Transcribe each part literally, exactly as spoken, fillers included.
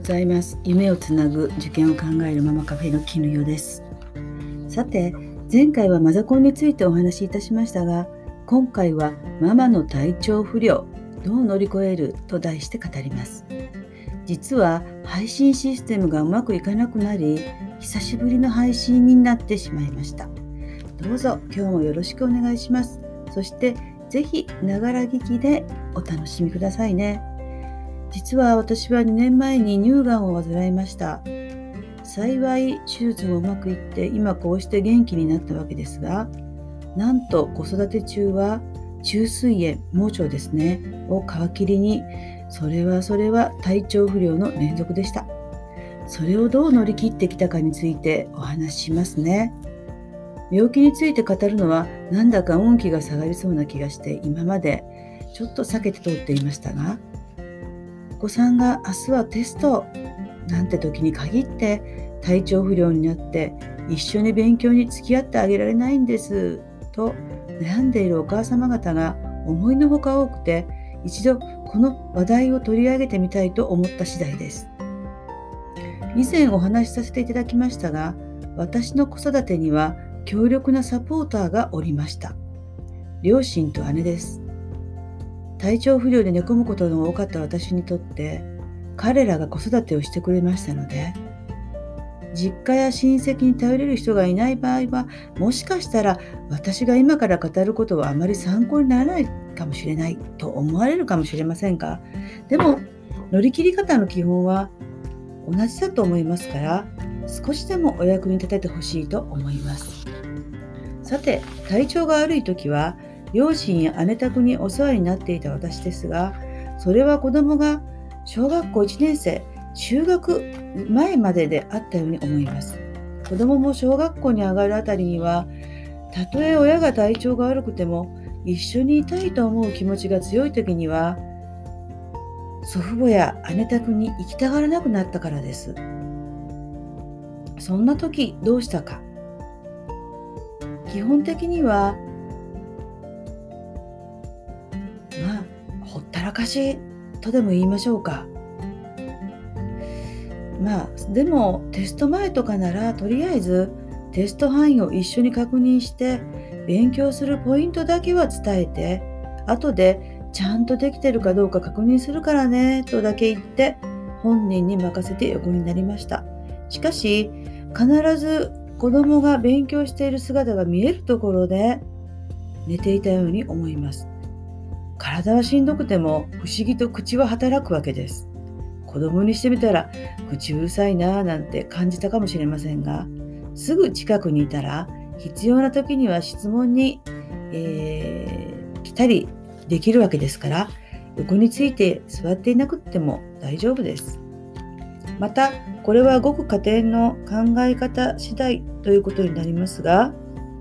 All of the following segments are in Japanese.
ございます。夢をつなぐ受験を考えるママカフェの絹代です。さて、前回はマザコンについてお話しいたしましたが、今回はママの体調不良どう乗り越えると題して語ります。実は配信システムがうまくいかなくなり、久しぶりの配信になってしまいました。どうぞ今日もよろしくお願いします。そしてぜひながら聞きでお楽しみくださいね。実は私はにねんまえに乳がんを患いました。幸い手術もうまくいって今こうして元気になったわけですが、なんと子育て中は虫垂炎、盲腸ですねを皮切りに、それはそれは体調不良の連続でした。それをどう乗り切ってきたかについてお話ししますね。病気について語るのはなんだか運気が下がりそうな気がして今までちょっと避けて通っていましたが、お子さんが明日はテストなんて時に限って体調不良になって一緒に勉強に付き合ってあげられないんですと悩んでいるお母様方が思いのほか多くて、一度この話題を取り上げてみたいと思った次第です。以前お話しさせていただきましたが、私の子育てには強力なサポーターがおりました。両親と姉です。体調不良で寝込むことの多かった私にとって、彼らが子育てをしてくれましたので、実家や親戚に頼れる人がいない場合は、もしかしたら私が今から語ることはあまり参考にならないかもしれないと思われるかもしれませんが、でも乗り切り方の基本は同じだと思いますから、少しでもお役に立ててほしいと思います。さて、体調が悪い時は両親や姉宅にお世話になっていた私ですが、それは子供が小学校いちねん生、中学前までであったように思います。子供も小学校に上がるあたりには、たとえ親が体調が悪くても一緒にいたいと思う気持ちが強い時には、祖父母や姉宅に行きたがらなくなったからです。そんな時どうしたか。基本的にはまあほったらかしとでも言いましょうか。まあでもテスト前とかならとりあえずテスト範囲を一緒に確認して勉強するポイントだけは伝えて、後でちゃんとできてるかどうか確認するからねとだけ言って本人に任せて横になりました。しかし必ず子供が勉強している姿が見えるところで寝ていたように思います。体はしんどくても不思議と口は働くわけです。子供にしてみたら口うるさいなぁなんて感じたかもしれませんが、すぐ近くにいたら必要な時には質問に、えー、来たりできるわけですから、横について座っていなくっても大丈夫です。またこれはごく家庭の考え方次第ということになりますが、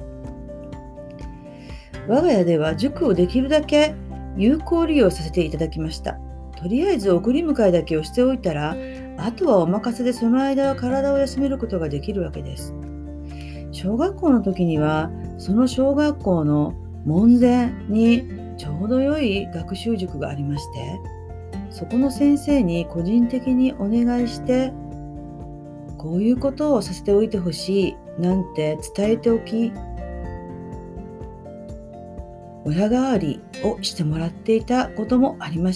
我が家では塾をできるだけ有効利用させていただきました。とりあえず送り迎えだけをしておいたら、あとはお任せでその間は体を休めることができるわけです。小学校の時にはその小学校の門前にちょうど良い学習塾がありまして、そこの先生に個人的にお願いして、こういうことをさせておいてほしいなんて伝えておき、親代わりをしてもらっていたこともありました。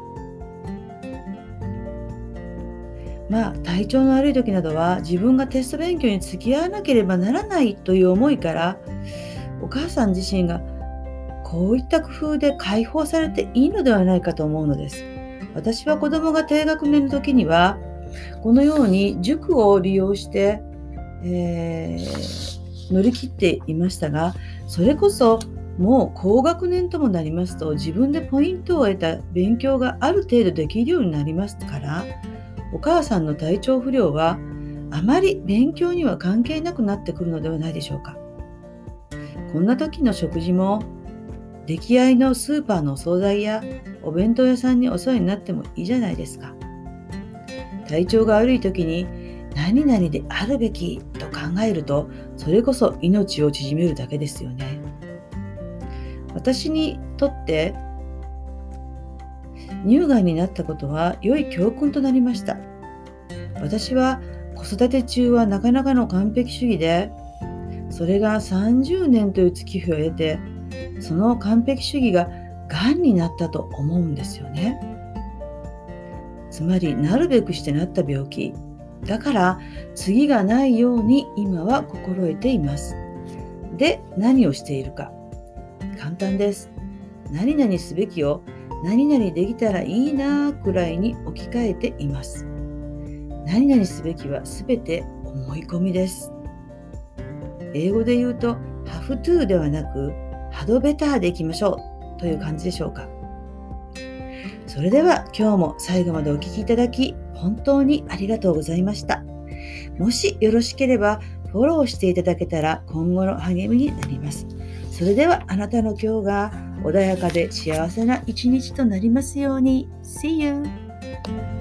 まあ体調の悪い時などは自分がテスト勉強に付き合わなければならないという思いから、お母さん自身がこういった工夫で解放されていいのではないかと思うのです。私は子供が低学年の時にはこのように塾を利用して、えー、乗り切っていましたが、それこそもう高学年ともなりますと自分でポイントを得た勉強がある程度できるようになりますから、お母さんの体調不良はあまり勉強には関係なくなってくるのではないでしょうか。こんな時の食事も出来合いのスーパーのお惣菜やお弁当屋さんにお世話になってもいいじゃないですか。体調が悪い時に何々であるべきと考えると、それこそ命を縮めるだけですよね。私にとって乳がんになったことは良い教訓となりました。 私は子育て中はなかなかの完璧主義で、それがさんじゅうねんという月日を経て、その完璧主義ががんになったと思うんですよね。つまり、なるべくしてなった病気。だから次がないように今は心得ています。で、何をしているか。簡単です。何々すべきを何々できたらいいなくらいに置き換えています。何々すべきはすべて思い込みです。英語で言うと have to ではなく had better でいきましょうという感じでしょうか。それでは今日も最後までお聞きいただき本当にありがとうございました。もしよろしければフォローしていただけたら今後の励みになります。それではあなたの今日が穏やかで幸せな一日となりますように。See you!